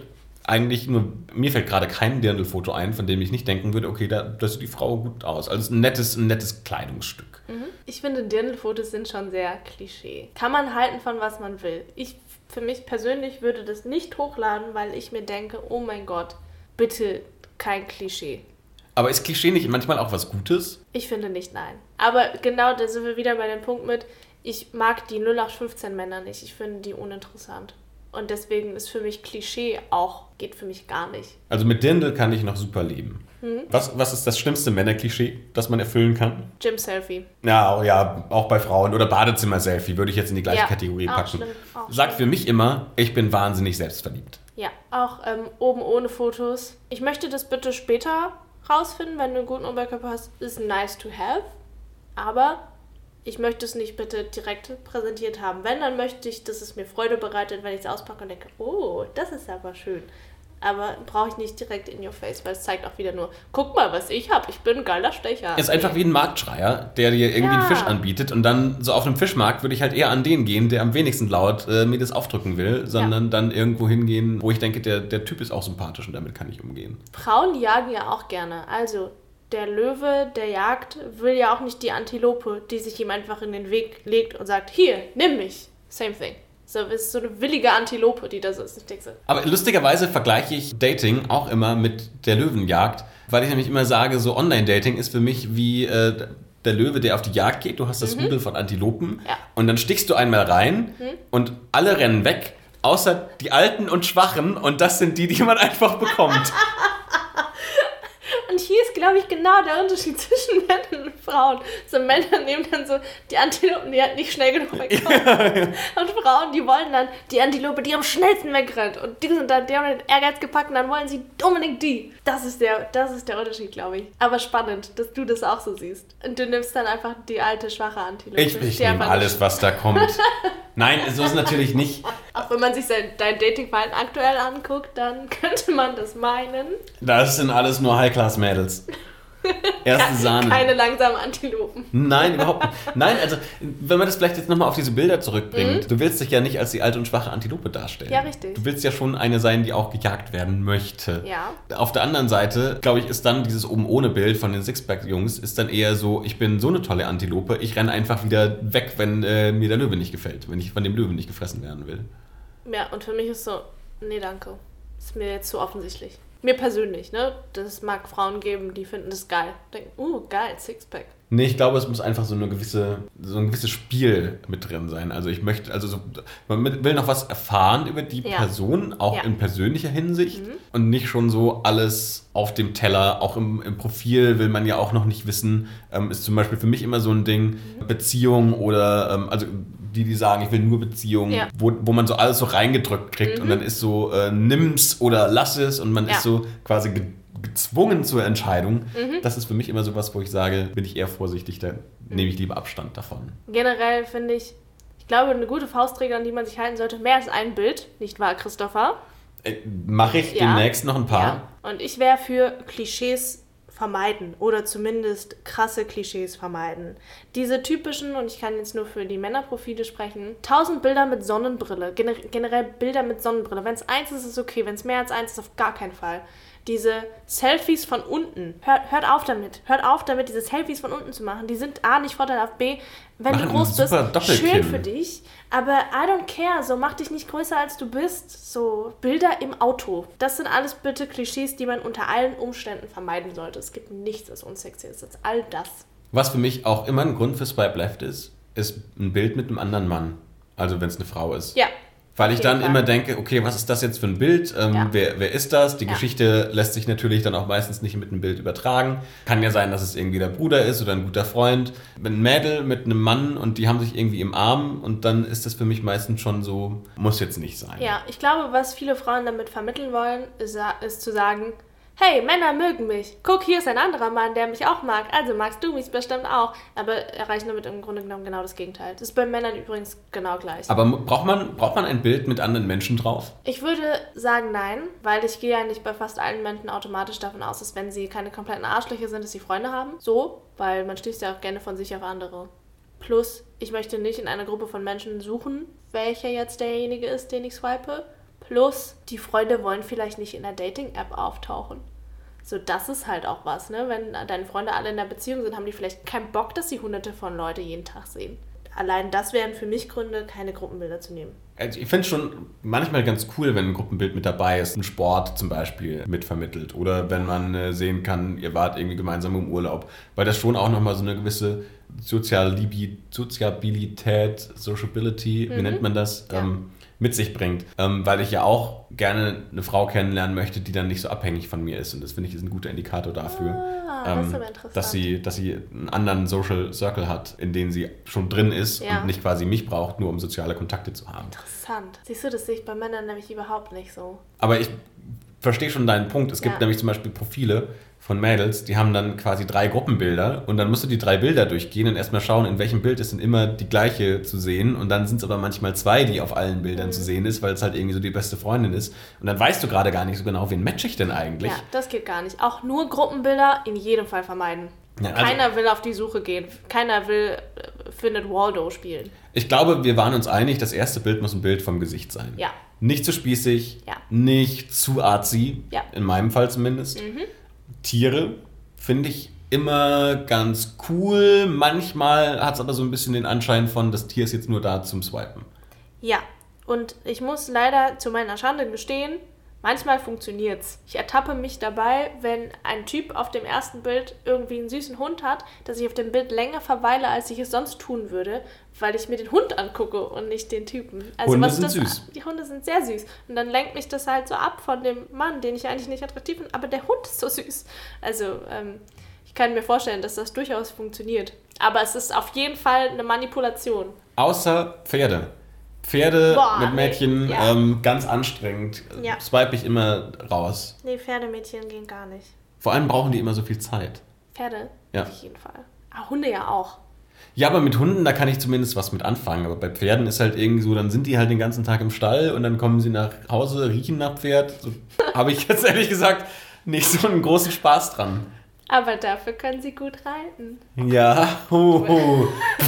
eigentlich nur, mir fällt gerade kein Dirndl-Foto ein, von dem ich nicht denken würde, okay, da, da sieht die Frau gut aus. Also es ist ein nettes, ein nettes Kleidungsstück. Mhm. Ich finde, Dirndl-Fotos sind schon sehr Klischee. Kann man halten von was man will. Ich, für mich persönlich, würde das nicht hochladen, weil ich mir denke, oh mein Gott, bitte kein Klischee. Aber ist Klischee nicht manchmal auch was Gutes? Ich finde nicht, nein. Aber genau, da sind wir wieder bei dem Punkt mit, ich mag die null acht fünfzehn Männer nicht. Ich finde die uninteressant. Und deswegen ist für mich Klischee auch, geht für mich gar nicht. Also mit Dirndl kann ich noch super leben. Hm? Was, was ist das schlimmste Männerklischee, das man erfüllen kann? Gym-Selfie. Ja, ja, auch bei Frauen. Oder Badezimmer-Selfie würde ich jetzt in die gleiche ja, Kategorie auch packen. Schlimm, auch Sagt schlimm. für mich immer, ich bin wahnsinnig selbstverliebt. Ja, auch ähm, oben ohne Fotos. Ich möchte das bitte später rausfinden, wenn du einen guten Oberkörper hast. Ist nice to have. Aber ich möchte es nicht bitte direkt präsentiert haben. Wenn, dann möchte ich, dass es mir Freude bereitet, wenn ich es auspacke und denke, oh, das ist aber schön. Aber brauche ich nicht direkt in your face, weil es zeigt auch wieder nur, guck mal, was ich habe, ich bin ein geiler Stecher. Ist einfach wie ein Marktschreier, der dir irgendwie Ja. einen Fisch anbietet und dann so auf einem Fischmarkt würde ich halt eher an den gehen, der am wenigsten laut äh, mir das aufdrücken will, sondern ja. dann irgendwo hingehen, wo ich denke, der, der Typ ist auch sympathisch und damit kann ich umgehen. Frauen jagen ja auch gerne, also der Löwe, der jagt, will ja auch nicht die Antilope, die sich ihm einfach in den Weg legt und sagt, hier, nimm mich. Same thing. So, es ist so eine willige Antilope, die da so ist. Ich denke so. Aber lustigerweise vergleiche ich Dating auch immer mit der Löwenjagd, weil ich nämlich immer sage, so Online-Dating ist für mich wie äh, der Löwe, der auf die Jagd geht. Du hast das mhm. Rudel von Antilopen ja. und dann stichst du einmal rein mhm. und alle rennen weg, außer die Alten und Schwachen und das sind die, die man einfach bekommt. Und hier ist, glaube ich, genau der Unterschied zwischen Männern und Frauen. So Männer nehmen dann so die Antilopen, die halt nicht schnell genug wegkommen. Ja, ja. Und Frauen, die wollen dann die Antilope, die am schnellsten wegrennt. Und die sind dann, die haben den Ehrgeiz gepackt und dann wollen sie unbedingt die. Das ist der, das ist der Unterschied, glaube ich. Aber spannend, dass du das auch so siehst. Und du nimmst dann einfach die alte, schwache Antilope. Ich, ich nehme alles, was da kommt. Nein, so ist es natürlich nicht. Auch wenn man sich sein, dein Datingverhalten aktuell anguckt, dann könnte man das meinen. Das sind alles nur High-Class-Mädels. Erste Sahne. Keine langsamen Antilopen. Nein, überhaupt nicht. Nein, also wenn man das vielleicht jetzt nochmal auf diese Bilder zurückbringt, mhm. du willst dich ja nicht als die alte und schwache Antilope darstellen. Ja, richtig. Du willst ja schon eine sein, die auch gejagt werden möchte. Ja. Auf der anderen Seite, glaube ich, ist dann dieses Oben-ohne-Bild von den Sixpack-Jungs, ist dann eher so, ich bin so eine tolle Antilope, ich renne einfach wieder weg, wenn äh, mir der Löwe nicht gefällt, wenn ich von dem Löwen nicht gefressen werden will. Ja, und für mich ist so, nee, danke. Ist mir jetzt zu offensichtlich. Mir persönlich, ne? Das mag Frauen geben, die finden das geil. Denken, uh, geil, Sixpack. Nee, ich glaube, es muss einfach so eine gewisse, so ein gewisses Spiel mit drin sein. Also ich möchte, also so, man will noch was erfahren über die ja. Person, auch ja. in persönlicher Hinsicht mhm. und nicht schon so alles auf dem Teller. Auch im, im Profil will man ja auch noch nicht wissen, ähm, ist zum Beispiel für mich immer so ein Ding, mhm. Beziehung oder, ähm, also die, die sagen, ich will nur Beziehungen, ja. wo, wo man so alles so reingedrückt kriegt mhm. und dann ist so, äh, nimm's oder lass es und man ja. ist so quasi ge- gezwungen zur Entscheidung. Mhm. Das ist für mich immer so was, wo ich sage, bin ich eher vorsichtig, da mhm. nehme ich lieber Abstand davon. Generell finde ich, ich glaube, eine gute Faustregel, an die man sich halten sollte, mehr als ein Bild, nicht wahr, Christopher? Äh, Mache ich ja. demnächst noch ein paar. Ja. Und ich wäre für Klischees vermeiden oder zumindest krasse Klischees vermeiden. Diese typischen, und ich kann jetzt nur für die Männerprofile sprechen, tausend Bilder mit Sonnenbrille, Gener- generell Bilder mit Sonnenbrille. Wenn es eins ist, ist okay, wenn es mehr als eins ist, auf gar keinen Fall. Diese Selfies von unten, hört, hört auf damit, hört auf damit, diese Selfies von unten zu machen. Die sind A, nicht vorteilhaft, B, wenn Machen du groß bist, Doppelkinn. schön für dich, aber I don't care, so mach dich nicht größer als du bist, so Bilder im Auto. Das sind alles bitte Klischees, die man unter allen Umständen vermeiden sollte. Es gibt nichts, das unsexy ist, als all das. Was für mich auch immer ein Grund für Swipe Left ist, ist ein Bild mit einem anderen Mann, also wenn es eine Frau ist. Ja. Weil ich dann Fall. immer denke, okay, was ist das jetzt für ein Bild? Ähm, ja. wer, wer ist das? Die ja. Geschichte lässt sich natürlich dann auch meistens nicht mit einem Bild übertragen. Kann ja sein, dass es irgendwie der Bruder ist oder ein guter Freund. Ein Mädel mit einem Mann und die haben sich irgendwie im Arm und dann ist das für mich meistens schon so, muss jetzt nicht sein. Ja, ich glaube, was viele Frauen damit vermitteln wollen, ist, ist zu sagen, hey, Männer mögen mich. Guck, hier ist ein anderer Mann, der mich auch mag. Also magst du mich bestimmt auch. Aber erreichen damit im Grunde genommen genau das Gegenteil. Das ist bei Männern übrigens genau gleich. Aber braucht man, braucht man ein Bild mit anderen Menschen drauf? Ich würde sagen nein, weil ich gehe ja nicht bei fast allen Menschen automatisch davon aus, dass wenn sie keine kompletten Arschlöcher sind, dass sie Freunde haben. So, weil man schließt ja auch gerne von sich auf andere. Plus, ich möchte nicht in einer Gruppe von Menschen suchen, welcher jetzt derjenige ist, den ich swipe. Plus, die Freunde wollen vielleicht nicht in der Dating-App auftauchen. So, das ist halt auch was, ne? Wenn deine Freunde alle in der Beziehung sind, haben die vielleicht keinen Bock, dass sie hunderte von Leute jeden Tag sehen. Allein das wären für mich Gründe, keine Gruppenbilder zu nehmen. Also ich finde es schon manchmal ganz cool, wenn ein Gruppenbild mit dabei ist, ein Sport zum Beispiel mitvermittelt. Oder wenn man äh, sehen kann, ihr wart irgendwie gemeinsam im Urlaub. Weil das schon auch nochmal so eine gewisse Sozialibi- Soziabilität, Sociability, mhm. wie nennt man das, ja. ähm, mit sich bringt. Ähm, weil ich ja auch gerne eine Frau kennenlernen möchte, die dann nicht so abhängig von mir ist. Und das finde ich ist ein guter Indikator dafür, ah, das ist aber ähm, interessant. dass sie, dass sie einen anderen Social Circle hat, in dem sie schon drin ist ja. und nicht quasi mich braucht, nur um soziale Kontakte zu haben. Interessant. Siehst du, das sehe ich bei Männern nämlich überhaupt nicht so. Aber ich verstehe schon deinen Punkt. Es gibt ja. nämlich zum Beispiel Profile von Mädels, die haben dann quasi drei Gruppenbilder und dann musst du die drei Bilder durchgehen und erstmal schauen, in welchem Bild ist denn immer die gleiche zu sehen und dann sind es aber manchmal zwei, die auf allen Bildern mhm. zu sehen ist, weil es halt irgendwie so die beste Freundin ist und dann weißt du gerade gar nicht so genau, wen matche ich denn eigentlich. Ja, das geht gar nicht. Auch nur Gruppenbilder in jedem Fall vermeiden. Ja, also keiner will auf die Suche gehen. Keiner will äh, Findet Waldo spielen. Ich glaube, wir waren uns einig, das erste Bild muss ein Bild vom Gesicht sein. Ja. Nicht zu spießig, ja. nicht zu artsy, ja. in meinem Fall zumindest. Mhm. Tiere finde ich immer ganz cool. Manchmal hat es aber so ein bisschen den Anschein von, das Tier ist jetzt nur da zum Swipen. Ja, und ich muss leider zu meiner Schande gestehen, manchmal funktioniert's. Ich ertappe mich dabei, wenn ein Typ auf dem ersten Bild irgendwie einen süßen Hund hat, dass ich auf dem Bild länger verweile, als ich es sonst tun würde, weil ich mir den Hund angucke und nicht den Typen. Also Hunde was sind das, süß. Die Hunde sind sehr süß. Und dann lenkt mich das halt so ab von dem Mann, den ich eigentlich nicht attraktiv finde, aber der Hund ist so süß. Also ähm, ich kann mir vorstellen, dass das durchaus funktioniert. Aber es ist auf jeden Fall eine Manipulation. Außer Pferde. Pferde Boah, mit Mädchen, nee, ja. ähm, ganz anstrengend. Ja. Swipe ich immer raus. Nee, Pferdemädchen gehen gar nicht. Vor allem brauchen die immer so viel Zeit. Pferde? Ja. Auf jeden Fall. Aber Hunde ja auch. Ja, aber mit Hunden, da kann ich zumindest was mit anfangen. Aber bei Pferden ist halt irgendwie so, dann sind die halt den ganzen Tag im Stall und dann kommen sie nach Hause, riechen nach Pferd. So habe ich jetzt ehrlich gesagt nicht so einen großen Spaß dran. Aber dafür können sie gut reiten. Ja. Hoho.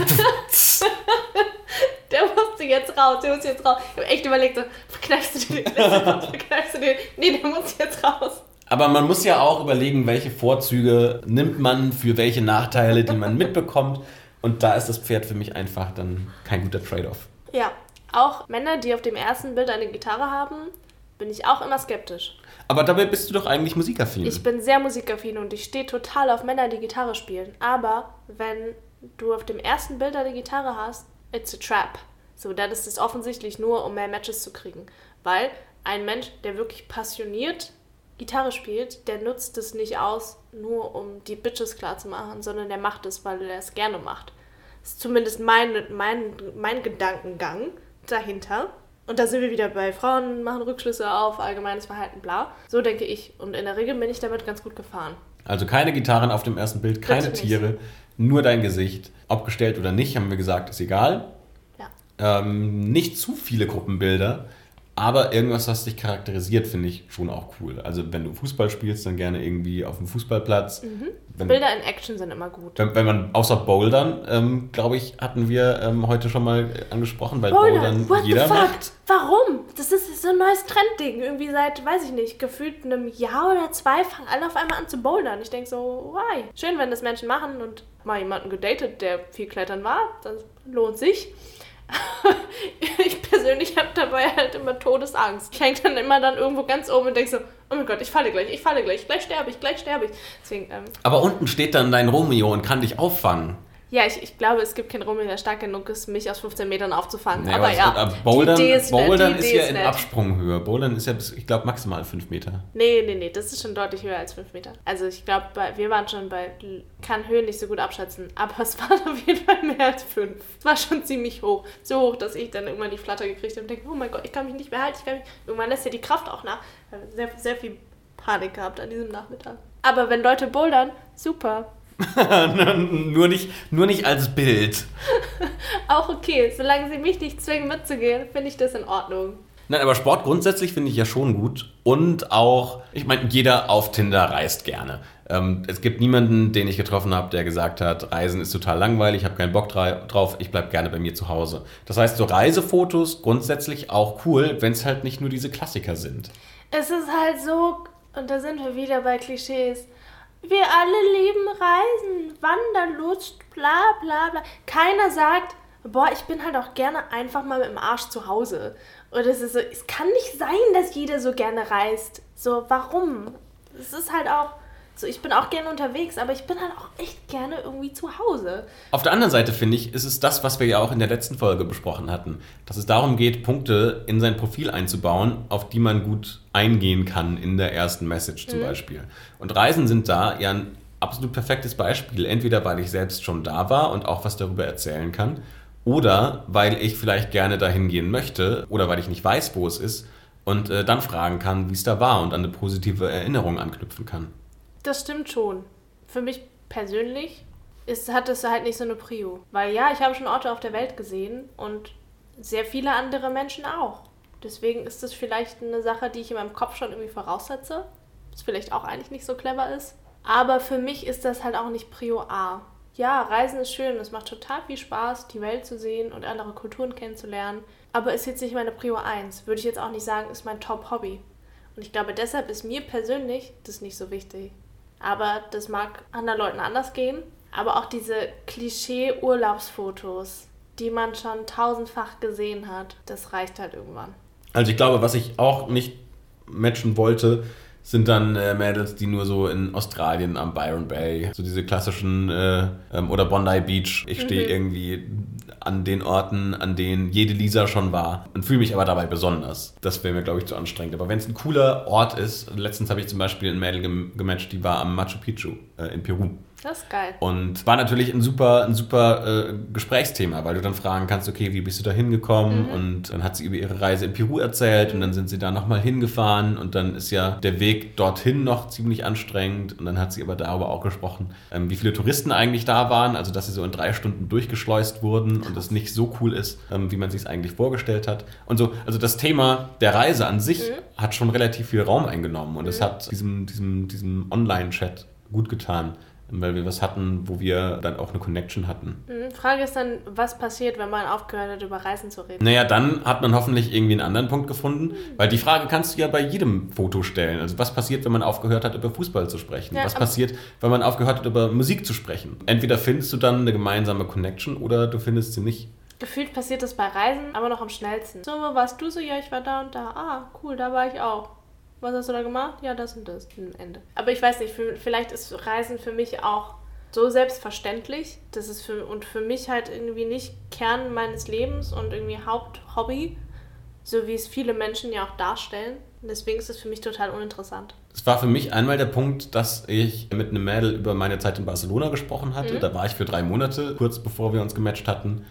Der musste jetzt raus, der muss jetzt raus. Ich habe echt überlegt, so, verkneifst du den? Verkneifst du den? Nee, der muss jetzt raus. Aber man muss ja auch überlegen, welche Vorzüge nimmt man für welche Nachteile, die man mitbekommt. Und da ist das Pferd für mich einfach dann kein guter Trade-off. Ja, auch Männer, die auf dem ersten Bild eine Gitarre haben, bin ich auch immer skeptisch. Aber dabei bist du doch eigentlich musikaffin. Ich bin sehr musikaffin und ich stehe total auf Männer, die Gitarre spielen. Aber wenn du auf dem ersten Bild eine Gitarre hast, it's a trap. So, dann ist es offensichtlich nur, um mehr Matches zu kriegen. Weil ein Mensch, der wirklich passioniert Gitarre spielt, der nutzt es nicht aus, nur um die Bitches klar zu machen, sondern der macht es, weil er es gerne macht. Das ist zumindest mein, mein, mein Gedankengang dahinter. Und da sind wir wieder bei Frauen, machen Rückschlüsse auf allgemeines Verhalten, bla. So denke ich. Und in der Regel bin ich damit ganz gut gefahren. Also keine Gitarren auf dem ersten Bild, keine Bitte Tiere, nicht. Nur dein Gesicht. Ob gestellt oder nicht, haben wir gesagt, ist egal. Ja. Ähm, nicht zu viele Gruppenbilder, aber irgendwas, was dich charakterisiert, finde ich schon auch cool. Also wenn du Fußball spielst, dann gerne irgendwie auf dem Fußballplatz. Mhm. Wenn, Bilder in Action sind immer gut. Wenn, wenn man, außer Bouldern, ähm, glaube ich, hatten wir ähm, heute schon mal angesprochen, weil Bouldern, What jeder the fuck? macht. Warum? Das ist so ein neues Trendding. Irgendwie seit, weiß ich nicht, gefühlt einem Jahr oder zwei fangen alle auf einmal an zu bouldern. Ich denke so, why? Schön, wenn das Menschen machen und mal jemanden gedatet, der viel klettern war. Das lohnt sich. Ich persönlich habe dabei halt immer Todesangst. Ich hänge dann immer dann irgendwo ganz oben und denke so, oh mein Gott, ich falle gleich, ich falle gleich, gleich sterbe ich, gleich sterbe ich. Deswegen, ähm, aber unten steht dann dein Romeo und kann dich auffangen. ja, ich, ich glaube, es gibt keinen Romeo, der stark genug ist, mich aus fünfzehn Metern aufzufangen. Nee, aber aber ja, aber Bouldern, die Idee ist nett, Bouldern die ist Idee ja ist in nett. Absprunghöhe. Bouldern ist ja bis, ich glaube, maximal fünf Meter. Nee, nee, nee, das ist schon deutlich höher als fünf Meter. Also ich glaube, wir waren schon bei, kann Höhen nicht so gut abschätzen, aber es waren auf jeden Fall mehr als fünf. Es war schon ziemlich hoch. So hoch, dass ich dann irgendwann die Flatter gekriegt habe und denke, oh mein Gott, ich kann mich nicht mehr halten. Ich kann mich... Irgendwann lässt ja die Kraft auch nach. Ich habe sehr, sehr viel Panik gehabt an diesem Nachmittag. Aber wenn Leute bouldern, super. nur, nicht, nur nicht als Bild. Auch okay, solange sie mich nicht zwingen mitzugehen, finde ich das in Ordnung. Nein, aber Sport grundsätzlich finde ich ja schon gut. Und auch, ich meine, jeder auf Tinder reist gerne. Ähm, es gibt niemanden, den ich getroffen habe, der gesagt hat, Reisen ist total langweilig, ich habe keinen Bock drauf, ich bleibe gerne bei mir zu Hause. Das heißt, so Reisefotos grundsätzlich auch cool, wenn es halt nicht nur diese Klassiker sind. Es ist halt so, und da sind wir wieder bei Klischees, wir alle lieben Reisen, Wanderlust, bla bla bla. Keiner sagt, boah, ich bin halt auch gerne einfach mal mit dem Arsch zu Hause. Und es ist so, es kann nicht sein, dass jeder so gerne reist. So, warum? Es ist halt auch so, ich bin auch gerne unterwegs, aber ich bin halt auch echt gerne irgendwie zu Hause. Auf der anderen Seite finde ich, ist es das, was wir ja auch in der letzten Folge besprochen hatten, dass es darum geht, Punkte in sein Profil einzubauen, auf die man gut eingehen kann in der ersten Message zum mhm. Beispiel. Und Reisen sind da ja ein absolut perfektes Beispiel. Entweder, weil ich selbst schon da war und auch was darüber erzählen kann, oder weil ich vielleicht gerne dahin gehen möchte oder weil ich nicht weiß, wo es ist und äh, dann fragen kann, wie es da war und an eine positive Erinnerung anknüpfen kann. Das stimmt schon. Für mich persönlich ist, hat es halt nicht so eine Prio. Weil ja, ich habe schon Orte auf der Welt gesehen und sehr viele andere Menschen auch. Deswegen ist das vielleicht eine Sache, die ich in meinem Kopf schon irgendwie voraussetze. Was vielleicht auch eigentlich nicht so clever ist. Aber für mich ist das halt auch nicht Prio A. Ja, Reisen ist schön, es macht total viel Spaß, die Welt zu sehen und andere Kulturen kennenzulernen. Aber ist jetzt nicht meine Prio eins. Würde ich jetzt auch nicht sagen, ist mein Top-Hobby. Und ich glaube, deshalb ist mir persönlich das nicht so wichtig. Aber das mag anderen Leuten anders gehen. Aber auch diese Klischee-Urlaubsfotos, die man schon tausendfach gesehen hat, das reicht halt irgendwann. Also ich glaube, was ich auch nicht matchen wollte, sind dann äh, Mädels, die nur so in Australien am Byron Bay, so diese klassischen, äh, ähm, oder Bondi Beach. Ich stehe mhm. irgendwie an den Orten, an denen jede Lisa schon war und fühle mich aber dabei besonders. Das wäre mir, glaube ich, zu anstrengend. Aber wenn es ein cooler Ort ist, letztens habe ich zum Beispiel ein Mädel gem- gematcht, die war am Machu Picchu äh, in Peru. Das ist geil. Und war natürlich ein super, ein super äh, Gesprächsthema, weil du dann fragen kannst, okay, wie bist du da hingekommen? Mhm. Und dann hat sie über ihre Reise in Peru erzählt mhm. und dann sind sie da nochmal hingefahren und dann ist ja der Weg dorthin noch ziemlich anstrengend und dann hat sie aber darüber auch gesprochen, ähm, wie viele Touristen eigentlich da waren, also dass sie so in drei Stunden durchgeschleust wurden und es nicht so cool ist, ähm, wie man sich es eigentlich vorgestellt hat. Und so, also das Thema der Reise an sich mhm. hat schon relativ viel Raum eingenommen und es mhm. hat diesem, diesem, diesem Online-Chat gut getan, weil wir was hatten, wo wir dann auch eine Connection hatten. Mhm. Frage ist dann, was passiert, wenn man aufgehört hat, über Reisen zu reden? Naja, dann hat man hoffentlich irgendwie einen anderen Punkt gefunden, mhm. weil die Frage kannst du ja bei jedem Foto stellen. Also was passiert, wenn man aufgehört hat, über Fußball zu sprechen? Ja, was passiert, wenn man aufgehört hat, über Musik zu sprechen? Entweder findest du dann eine gemeinsame Connection oder du findest sie nicht. Gefühlt passiert das bei Reisen aber noch am schnellsten. So, wo warst du so? Ja, ich war da und da. Ah, cool, da war ich auch. Was hast du da gemacht? Ja, das und das. Am Ende. Aber ich weiß nicht, für, vielleicht ist Reisen für mich auch so selbstverständlich. Das ist für, und für mich halt irgendwie nicht Kern meines Lebens und irgendwie Haupthobby, so wie es viele Menschen ja auch darstellen. Und deswegen ist es für mich total uninteressant. Es war für mich einmal der Punkt, dass ich mit einem Mädel über meine Zeit in Barcelona gesprochen hatte. Mhm. Da war ich für drei Monate, kurz bevor wir uns gematcht hatten.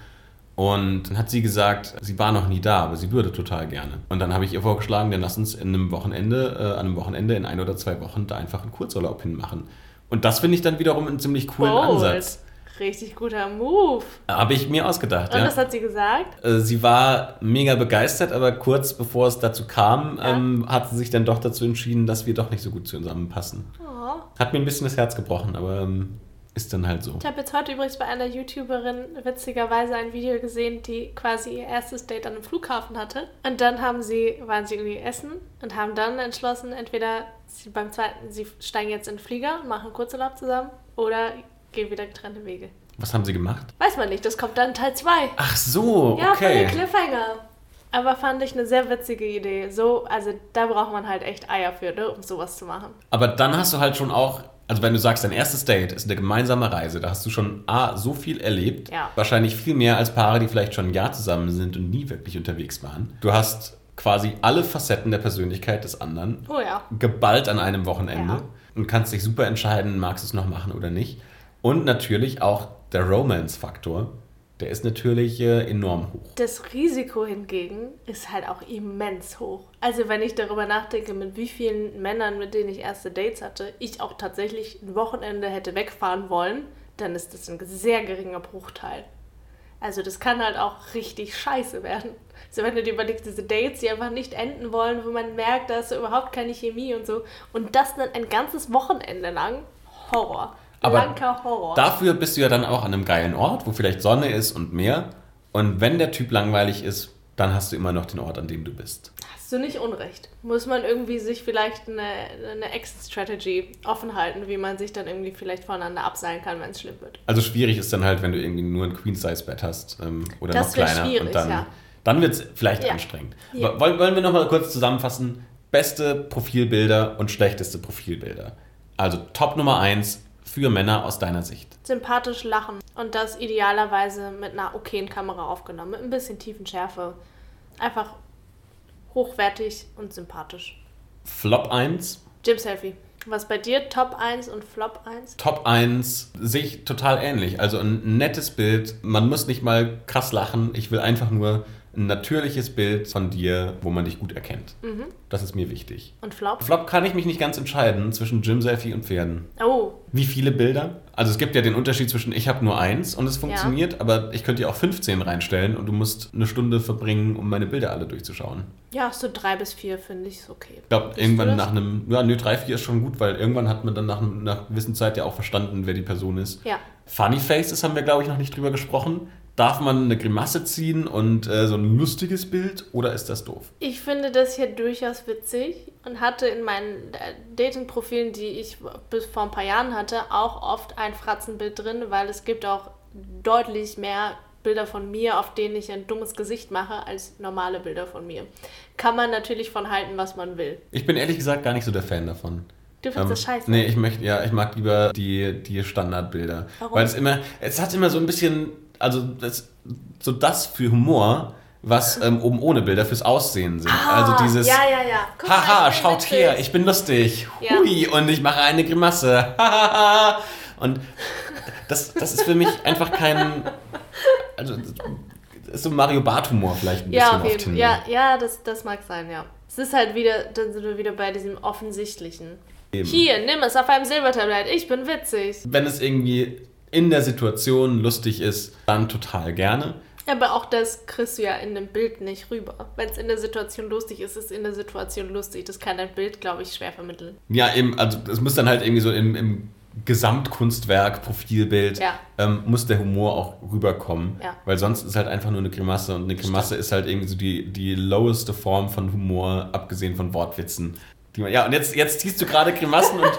Und dann hat sie gesagt, sie war noch nie da, aber sie würde total gerne. Und dann habe ich ihr vorgeschlagen, dann lass uns in einem Wochenende, äh, an einem Wochenende in ein oder zwei Wochen da einfach einen Kurzurlaub hinmachen. Und das finde ich dann wiederum einen ziemlich coolen Bold. Ansatz. Richtig guter Move. Habe ich mir ausgedacht, Und ja. was hat sie gesagt? Äh, sie war mega begeistert, aber kurz bevor es dazu kam, ja. ähm, hat sie sich dann doch dazu entschieden, dass wir doch nicht so gut zusammenpassen. Oh. Hat mir ein bisschen das Herz gebrochen, aber... Ähm, ist dann halt so. Ich habe jetzt heute übrigens bei einer YouTuberin witzigerweise ein Video gesehen, die quasi ihr erstes Date an einem Flughafen hatte. Und dann haben sie, waren sie irgendwie essen und haben dann entschlossen, entweder sie beim zweiten, sie steigen jetzt in den Flieger und machen einen Kurzurlaub zusammen oder gehen wieder getrennte Wege. Was haben sie gemacht? Weiß man nicht, das kommt dann Teil zwei. Ach so, okay. Ja, von den Cliffhanger. Aber fand ich eine sehr witzige Idee. So, also da braucht man halt echt Eier für, ne, um sowas zu machen. Aber dann hast du halt schon auch... Also wenn du sagst, dein erstes Date ist eine gemeinsame Reise, da hast du schon A, so viel erlebt, ja. wahrscheinlich viel mehr als Paare, die vielleicht schon ein Jahr zusammen sind und nie wirklich unterwegs waren. Du hast quasi alle Facetten der Persönlichkeit des anderen oh ja. geballt an einem Wochenende ja. und kannst dich super entscheiden, magst du es noch machen oder nicht. Und natürlich auch der Romance-Faktor, der ist natürlich äh, enorm hoch. Das Risiko hingegen ist halt auch immens hoch. Also wenn ich darüber nachdenke, mit wie vielen Männern, mit denen ich erste Dates hatte, ich auch tatsächlich ein Wochenende hätte wegfahren wollen, dann ist das ein sehr geringer Bruchteil. Also das kann halt auch richtig scheiße werden. So, wenn du dir überlegst, diese Dates, die einfach nicht enden wollen, wo man merkt, da ist so überhaupt keine Chemie und so. Und das dann ein ganzes Wochenende lang. Horror. Aber Blanker Horror. Dafür bist du ja dann auch an einem geilen Ort, wo vielleicht Sonne ist und Meer. Und wenn der Typ langweilig ist, dann hast du immer noch den Ort, an dem du bist. Hast du nicht unrecht. Muss man irgendwie sich vielleicht eine, eine Exit-Strategy offen halten, wie man sich dann irgendwie vielleicht voneinander abseilen kann, wenn es schlimm wird. Also schwierig ist dann halt, wenn du irgendwie nur ein Queen-Size-Bett hast ähm, oder das noch kleiner. Schwierig, und dann, ja. dann wird es vielleicht Ja. anstrengend. Ja. Wollen, wollen wir nochmal kurz zusammenfassen? Beste Profilbilder und schlechteste Profilbilder. Also Top Nummer eins für Männer aus deiner Sicht. Sympathisch lachen und das idealerweise mit einer okayen Kamera aufgenommen, mit ein bisschen Tiefenschärfe. Einfach hochwertig und sympathisch. Flop eins. Gym-Selfie. Was bei dir? Top eins und Flop eins? Top eins sehe ich total ähnlich. Also ein nettes Bild. Man muss nicht mal krass lachen. Ich will einfach nur ein natürliches Bild von dir, wo man dich gut erkennt. Mhm. Das ist mir wichtig. Und Flop? Flop kann ich mich nicht ganz entscheiden zwischen Gym-Selfie und Pferden. Oh, Wie viele Bilder? Also es gibt ja den Unterschied zwischen ich habe nur eins und es funktioniert, aber ich könnte ja auch fünfzehn reinstellen und du musst eine Stunde verbringen, um meine Bilder alle durchzuschauen. ja, so drei bis vier finde ich ist okay. Ich glaube, Siehst irgendwann du das? nach einem, ja, nö, drei, vier ist schon gut, weil irgendwann hat man dann nach, einem- nach einer gewissen Zeit ja auch verstanden, wer die Person ist. Ja. Funny Faces haben wir, glaube ich, noch nicht drüber gesprochen. Darf man eine Grimasse ziehen und äh, so ein lustiges Bild oder ist das doof? Ich finde das hier durchaus witzig und hatte in meinen äh, Dating-Profilen, die ich bis vor ein paar Jahren hatte, auch oft ein Fratzenbild drin, weil es gibt auch deutlich mehr Bilder von mir, auf denen ich ein dummes Gesicht mache, als normale Bilder von mir. Kann man natürlich von halten, was man will. Ich bin ehrlich gesagt gar nicht so der Fan davon. Du findest das scheiße? Nee, ich möchte, ja, ich mag lieber die, die Standardbilder. Warum? Weil es immer, es hat immer so ein bisschen, also das, so das für Humor, was ähm, oben ohne Bilder fürs Aussehen sind. also dieses, Ah, Ja, ja, ja. Guck mal, haha, ich bin schaut witzig. her, ich bin lustig. Ja. Hui, und ich mache eine Grimasse. Hahaha. Und das, das ist für mich einfach kein, also das ist so Mario Barth-Humor vielleicht ein Ja, bisschen auf auf jeden Tinder. Fall. Ja, ja das, das mag sein, ja. Es ist halt wieder, dann sind wir wieder bei diesem Offensichtlichen. Eben. Hier, nimm es auf einem Silbertablett, ich bin witzig. Wenn es irgendwie in der Situation lustig ist, dann total gerne. Aber auch das kriegst du ja in dem Bild nicht rüber. Wenn es in der Situation lustig ist, ist es in der Situation lustig. Das kann ein Bild, glaube ich, schwer vermitteln. Ja, eben, also es muss dann halt irgendwie so im, im Gesamtkunstwerk, Profilbild, Ja. ähm, muss der Humor auch rüberkommen. Ja. Weil sonst ist halt einfach nur eine Grimasse und eine Grimasse ist halt irgendwie so die, die loweste Form von Humor, abgesehen von Wortwitzen. Die man, ja, und jetzt, jetzt ziehst du gerade Grimassen und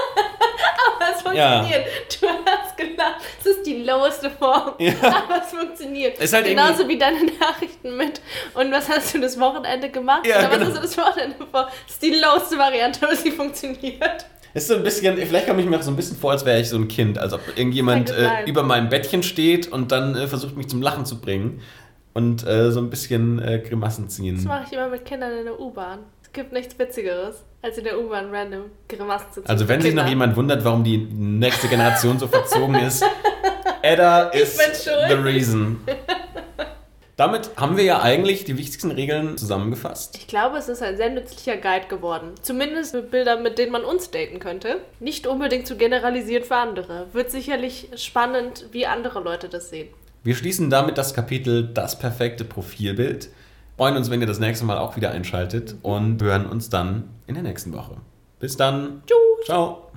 Aber es funktioniert. Du hast gelacht. Es ist die loweste Form. Ja. Aber es funktioniert. Ist halt Genauso wie deine Nachrichten mit. Und was hast du das Wochenende gemacht? Ja, Oder was genau. hast du das Wochenende vor? Das ist die loweste Variante, aber sie funktioniert. ist so ein bisschen, vielleicht komme ich mir auch so ein bisschen vor, als wäre ich so ein Kind, als ob irgendjemand Kann gut sein. äh, über meinem Bettchen steht und dann äh, versucht mich zum Lachen zu bringen und äh, so ein bisschen äh, Grimassen ziehen. Das mache ich immer mit Kindern in der U-Bahn. Es gibt nichts Witzigeres, als in der U-Bahn random Grimassen zu ziehen. Also wenn für sich noch Kinder. jemand wundert, warum die nächste Generation so verzogen ist, Edda ist bin schuld. the reason. Damit haben wir ja eigentlich die wichtigsten Regeln zusammengefasst. Ich glaube, es ist ein sehr nützlicher Guide geworden. Zumindest für Bilder, mit denen man uns daten könnte. Nicht unbedingt zu generalisieren für andere. Wird sicherlich spannend, wie andere Leute das sehen. Wir schließen damit das Kapitel Das perfekte Profilbild. Freuen uns, wenn ihr das nächste Mal auch wieder einschaltet und hören uns dann in der nächsten Woche. Bis dann. Tschüss. Ciao.